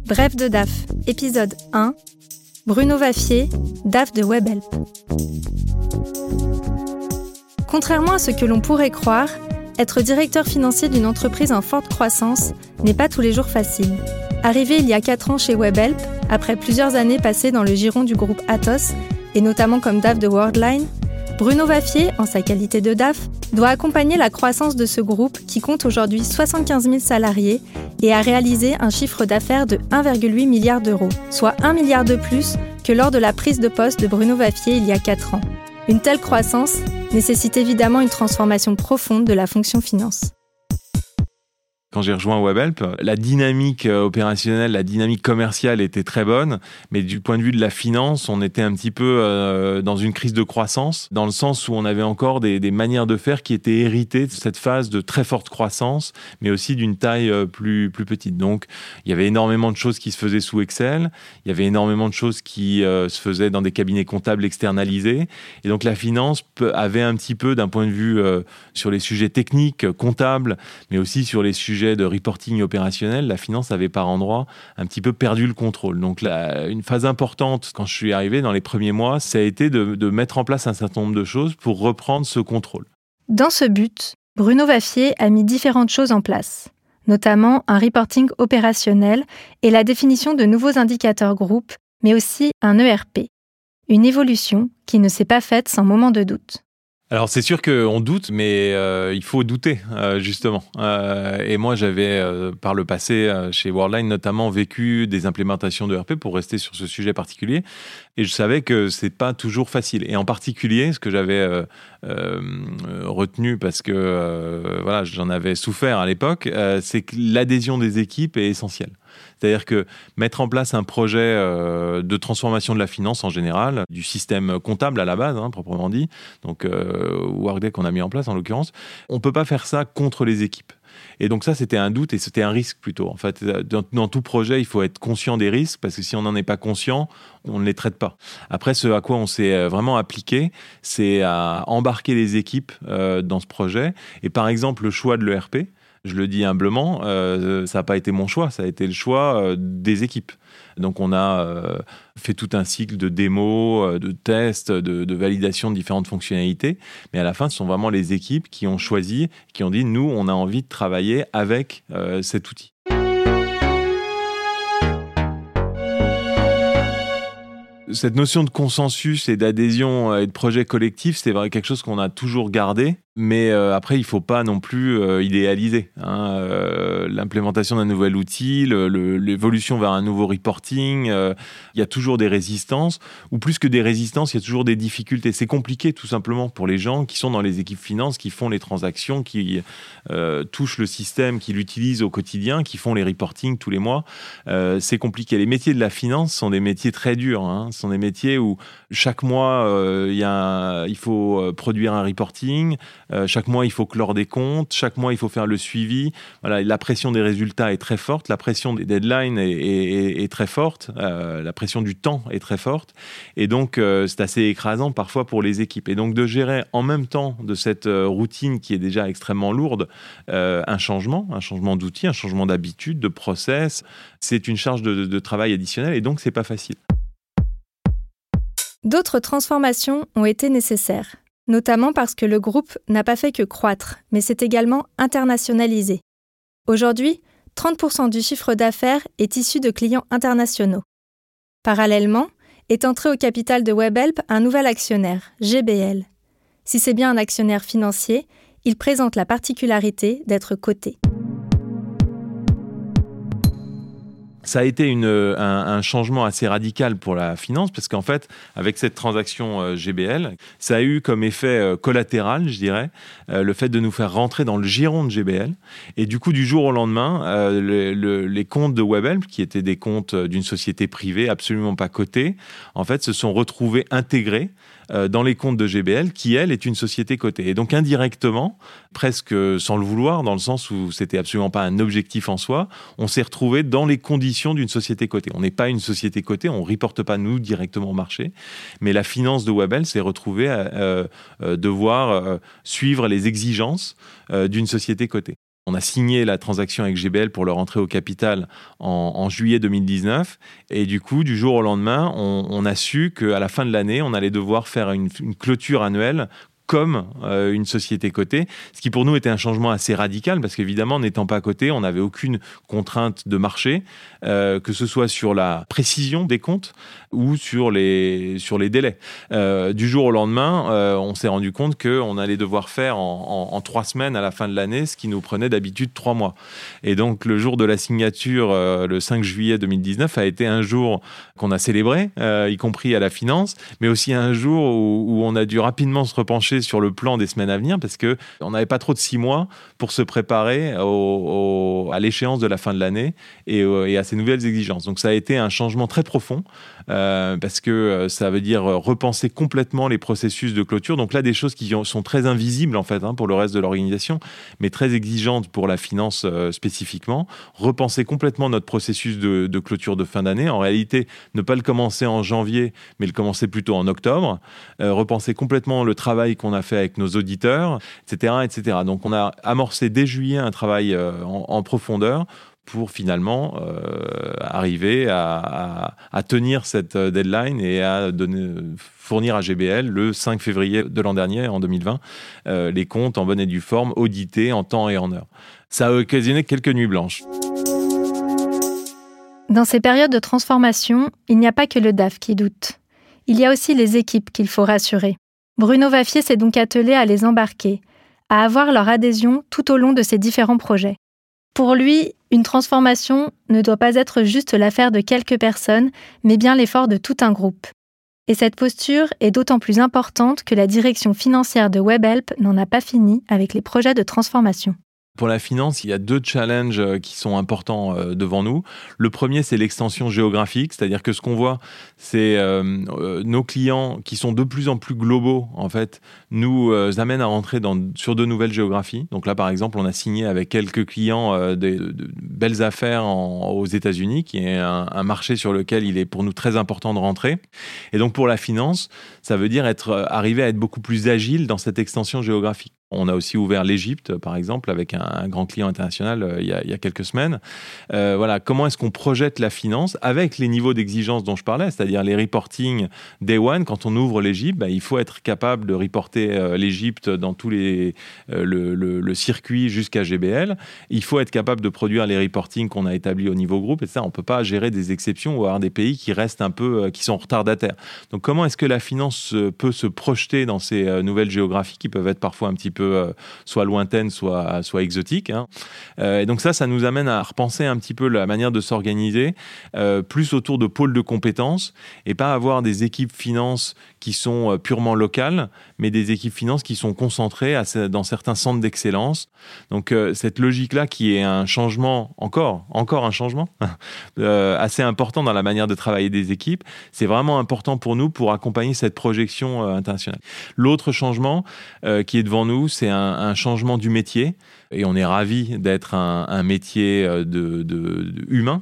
Bref de DAF, épisode 1, Bruno Vaffier, DAF de Webhelp. Contrairement à ce que l'on pourrait croire, être directeur financier d'une entreprise en forte croissance n'est pas tous les jours facile. Arrivé il y a 4 ans chez Webhelp, après plusieurs années passées dans le giron du groupe Atos, et notamment comme DAF de Worldline, Bruno Vaffier, en sa qualité de DAF, doit accompagner la croissance de ce groupe qui compte aujourd'hui 75 000 salariés et a réalisé un chiffre d'affaires de 1,8 milliard d'euros, soit 1 milliard de plus que lors de la prise de poste de Bruno Vaffier il y a 4 ans. Une telle croissance nécessite évidemment une transformation profonde de la fonction finance. Quand j'ai rejoint Webhelp, la dynamique opérationnelle, la dynamique commerciale était très bonne, mais du point de vue de la finance, on était un petit peu dans une crise de croissance, dans le sens où on avait encore des manières de faire qui étaient héritées de cette phase de très forte croissance, mais aussi d'une taille plus petite. Donc, il y avait énormément de choses qui se faisaient sous Excel, il y avait énormément de choses qui se faisaient dans des cabinets comptables externalisés, et donc la finance avait un petit peu, d'un point de vue sur les sujets techniques, comptables, mais aussi sur les sujets de reporting opérationnel, la finance avait par endroits un petit peu perdu le contrôle. Donc une phase importante quand je suis arrivé dans les premiers mois, ça a été de mettre en place un certain nombre de choses pour reprendre ce contrôle. Dans ce but, Bruno Vaffier a mis différentes choses en place, notamment un reporting opérationnel et la définition de nouveaux indicateurs groupes, mais aussi un ERP. Une évolution qui ne s'est pas faite sans moment de doute. Alors c'est sûr qu'on doute, mais il faut douter justement. Et moi j'avais par le passé chez Worldline notamment vécu des implémentations de ERP pour rester sur ce sujet particulier. Et je savais que c'est pas toujours facile. Et en particulier, ce que j'avais retenu parce que voilà, j'en avais souffert à l'époque, c'est que l'adhésion des équipes est essentielle. C'est-à-dire que mettre en place un projet de transformation de la finance en général, du système comptable à la base, proprement dit, donc Workday qu'on a mis en place en l'occurrence, on ne peut pas faire ça contre les équipes. Et donc ça, c'était un doute et c'était un risque plutôt. En fait, dans tout projet, il faut être conscient des risques parce que si on n'en est pas conscient, on ne les traite pas. Après, ce à quoi on s'est vraiment appliqué, c'est à embarquer les équipes dans ce projet. Et par exemple, le choix de l'ERP, je le dis humblement, ça n'a pas été mon choix, ça a été le choix des équipes. Donc on a fait tout un cycle de démos, de tests, de validation de différentes fonctionnalités. Mais à la fin, ce sont vraiment les équipes qui ont choisi, qui ont dit, nous, on a envie de travailler avec cet outil. Cette notion de consensus et d'adhésion et de projet collectif, c'est vrai quelque chose qu'on a toujours gardé. Mais après, il ne faut pas non plus idéaliser. L'implémentation d'un nouvel outil, l'évolution vers un nouveau reporting, il y a toujours des résistances. Ou plus que des résistances, il y a toujours des difficultés. C'est compliqué tout simplement pour les gens qui sont dans les équipes finance, qui font les transactions, qui touchent le système, qui l'utilisent au quotidien, qui font les reportings tous les mois. C'est compliqué. Les métiers de la finance sont des métiers très durs. Ce sont des métiers où chaque mois, il faut produire un reporting. Chaque mois, il faut clore des comptes. Chaque mois, il faut faire le suivi. Voilà, la pression des résultats est très forte. La pression des deadlines est très forte. La pression du temps est très forte. Et donc, c'est assez écrasant parfois pour les équipes. Et donc, de gérer en même temps de cette routine qui est déjà extrêmement lourde, un changement d'outil, un changement d'habitude, de process, c'est une charge de travail additionnelle. Et donc, c'est pas facile. D'autres transformations ont été nécessaires, notamment parce que le groupe n'a pas fait que croître, mais s'est également internationalisé. Aujourd'hui, 30% du chiffre d'affaires est issu de clients internationaux. Parallèlement, est entré au capital de Webhelp un nouvel actionnaire, GBL. Si c'est bien un actionnaire financier, il présente la particularité d'être coté. Ça a été un changement assez radical pour la finance parce qu'en fait, avec cette transaction GBL, ça a eu comme effet collatéral, je dirais, le fait de nous faire rentrer dans le giron de GBL. Et du coup, du jour au lendemain, les comptes de Webhelp, qui étaient des comptes d'une société privée absolument pas cotée, en fait, se sont retrouvés intégrés dans les comptes de GBL, qui, elle, est une société cotée. Et donc, indirectement, presque sans le vouloir, dans le sens où c'était absolument pas un objectif en soi, on s'est retrouvé dans les conditions d'une société cotée. On n'est pas une société cotée, on ne reporte pas, nous, directement au marché, mais la finance de Webhelp s'est retrouvée à devoir suivre les exigences d'une société cotée. On a signé la transaction avec GBL pour leur entrée au capital en juillet 2019. Et du coup, du jour au lendemain, on a su qu'à la fin de l'année, on allait devoir faire une clôture annuelle comme une société cotée, ce qui pour nous était un changement assez radical parce qu'évidemment, n'étant pas coté, on n'avait aucune contrainte de marché, que ce soit sur la précision des comptes ou sur les délais. Du jour au lendemain, on s'est rendu compte qu'on allait devoir faire en 3 semaines à la fin de l'année, ce qui nous prenait d'habitude 3 mois. Et donc, le jour de la signature, le 5 juillet 2019, a été un jour qu'on a célébré, y compris à la finance, mais aussi un jour où on a dû rapidement se repencher sur le plan des semaines à venir parce qu'on n'avait pas trop de 6 mois pour se préparer à l'échéance de la fin de l'année et à ces nouvelles exigences. Donc ça a été un changement très profond parce que ça veut dire repenser complètement les processus de clôture. Donc là, des choses qui sont très invisibles en fait pour le reste de l'organisation, mais très exigeantes pour la finance spécifiquement. Repenser complètement notre processus de clôture de fin d'année. En réalité, ne pas le commencer en janvier, mais le commencer plutôt en octobre. Repenser complètement le travail qu'on a fait avec nos auditeurs, etc., etc. Donc, on a amorcé dès juillet un travail en profondeur pour finalement arriver à tenir cette deadline et à fournir à GBL le 5 février de l'an dernier, en 2020, les comptes en bonne et due forme, audités en temps et en heure. Ça a occasionné quelques nuits blanches. Dans ces périodes de transformation, il n'y a pas que le DAF qui doute. Il y a aussi les équipes qu'il faut rassurer. Bruno Vaffier s'est donc attelé à les embarquer, à avoir leur adhésion tout au long de ces différents projets. Pour lui, une transformation ne doit pas être juste l'affaire de quelques personnes, mais bien l'effort de tout un groupe. Et cette posture est d'autant plus importante que la direction financière de Webhelp n'en a pas fini avec les projets de transformation. Pour la finance, il y a 2 challenges qui sont importants devant nous. Le premier, c'est l'extension géographique, c'est-à-dire que ce qu'on voit, c'est nos clients qui sont de plus en plus globaux, en fait, nous amènent à rentrer sur de nouvelles géographies. Donc là, par exemple, on a signé avec quelques clients de belles affaires aux États-Unis, qui est un marché sur lequel il est pour nous très important de rentrer. Et donc pour la finance, ça veut dire arriver à être beaucoup plus agile dans cette extension géographique. On a aussi ouvert l'Égypte, par exemple, avec un grand client international il y a quelques semaines. Voilà, comment est-ce qu'on projette la finance avec les niveaux d'exigence dont je parlais, c'est-à-dire les reporting day one. Quand on ouvre l'Égypte, il faut être capable de reporter l'Égypte dans tous le circuit jusqu'à GBL. Il faut être capable de produire les reporting qu'on a établis au niveau groupe. Et ça, on ne peut pas gérer des exceptions ou avoir des pays qui restent qui sont retardataires. Donc, comment est-ce que la finance peut se projeter dans ces nouvelles géographies qui peuvent être parfois un petit peu soit lointaine, soit exotique. Et donc ça nous amène à repenser un petit peu la manière de s'organiser, plus autour de pôles de compétences et pas avoir des équipes finance qui sont purement locales, mais des équipes finance qui sont concentrées dans certains centres d'excellence. Donc cette logique-là qui est un changement, encore un changement assez important dans la manière de travailler des équipes, c'est vraiment important pour nous pour accompagner cette projection internationale. L'autre changement qui est devant nous, c'est un changement du métier. Et on est ravis d'être un métier humain.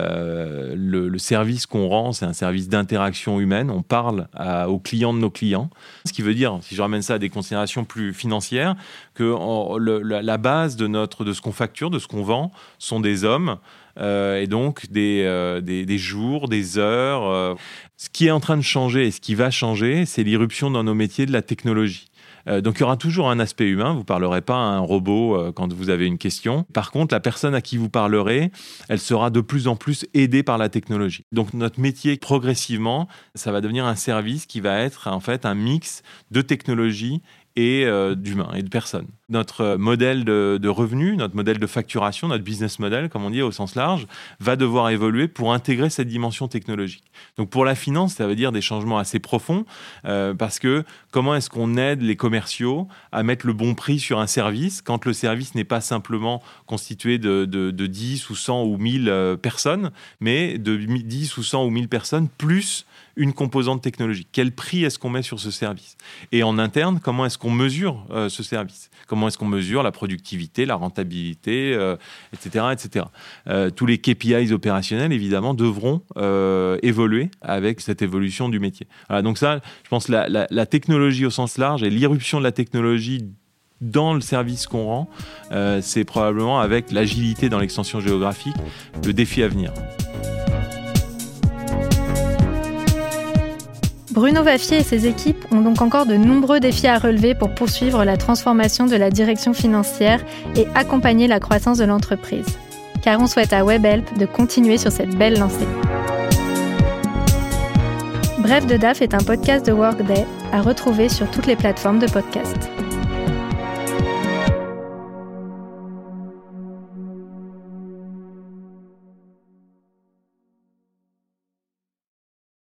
Le service qu'on rend, c'est un service d'interaction humaine. On parle aux clients de nos clients. Ce qui veut dire, si je ramène ça à des considérations plus financières, que la base de ce qu'on facture, de ce qu'on vend, sont des hommes. Et donc des jours, des heures. Ce qui est en train de changer et ce qui va changer, c'est l'irruption dans nos métiers de la technologie. Donc il y aura toujours un aspect humain, vous ne parlerez pas à un robot quand vous avez une question. Par contre, la personne à qui vous parlerez, elle sera de plus en plus aidée par la technologie. Donc notre métier, progressivement, ça va devenir un service qui va être en fait un mix de technologie et d'humains et de personnes. Notre modèle de revenus, notre modèle de facturation, notre business model, comme on dit au sens large, va devoir évoluer pour intégrer cette dimension technologique. Donc pour la finance, ça veut dire des changements assez profonds parce que comment est-ce qu'on aide les commerciaux à mettre le bon prix sur un service quand le service n'est pas simplement constitué de 10 ou 100 ou 1000 personnes, mais de 10 ou 100 ou 1000 personnes plus une composante technologique. Quel prix est-ce qu'on met sur ce service ? Et en interne, comment est-ce qu'on mesure ce service ? Comment est-ce qu'on mesure la productivité, la rentabilité, etc., etc. Tous les KPIs opérationnels, évidemment, devront évoluer avec cette évolution du métier. Voilà, donc ça, je pense la technologie au sens large et l'irruption de la technologie dans le service qu'on rend, c'est probablement avec l'agilité dans l'extension géographique le défi à venir. Bruno Vaffier et ses équipes ont donc encore de nombreux défis à relever pour poursuivre la transformation de la direction financière et accompagner la croissance de l'entreprise. Car on souhaite à Webhelp de continuer sur cette belle lancée. Bref de DAF est un podcast de Workday à retrouver sur toutes les plateformes de podcast.